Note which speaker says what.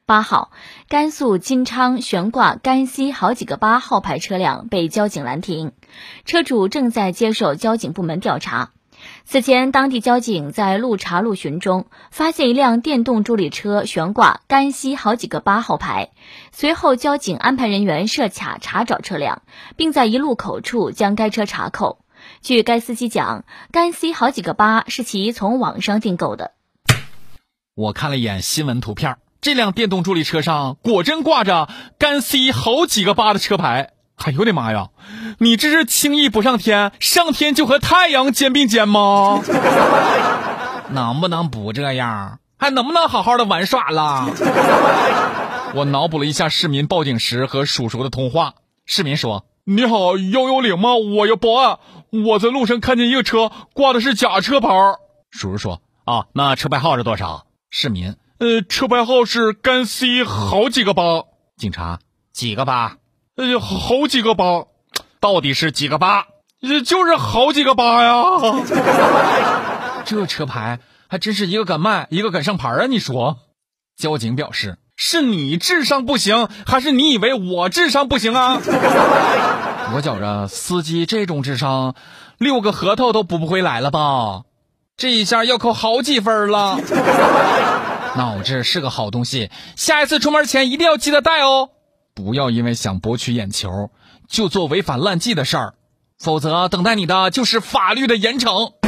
Speaker 1: 8号，甘肃金昌悬挂甘西好几个8号牌车辆被交警拦停，车主正在接受交警部门调查。此前，当地交警在路查路巡中发现一辆电动助力车悬挂甘西好几个8号牌，随后交警安排人员设卡查找车辆，并在一路口处将该车查扣。据该司机讲，甘西好几个8是其从网上订购的。
Speaker 2: 我看了一眼新闻图片，这辆电动助力车上果真挂着甘西好几个8的车牌。哎呦我的妈呀，你这是轻易不上天，上天就和太阳肩并肩吗？能不能不这样？还能不能好好的玩耍了？我脑补了一下市民报警时和叔叔的通话。市民说：你好，110吗？我要报案，我在路上看见一个车挂的是假车牌。叔叔说：啊，那车牌号是多少？市民：车牌号是甘西好几个8。警察：几个8？好几个8。到底是几个8？就是好几个8呀。这车牌还真是一个敢卖一个敢上牌啊，你说。交警表示：是你智商不行，还是你以为我智商不行啊？我觉着司机这种智商，6个核桃都补不回来了吧？这一下要扣好几分了。脑子是个好东西，下一次出门前一定要记得带哦。不要因为想博取眼球就做违反滥纪的事儿，否则等待你的就是法律的严惩。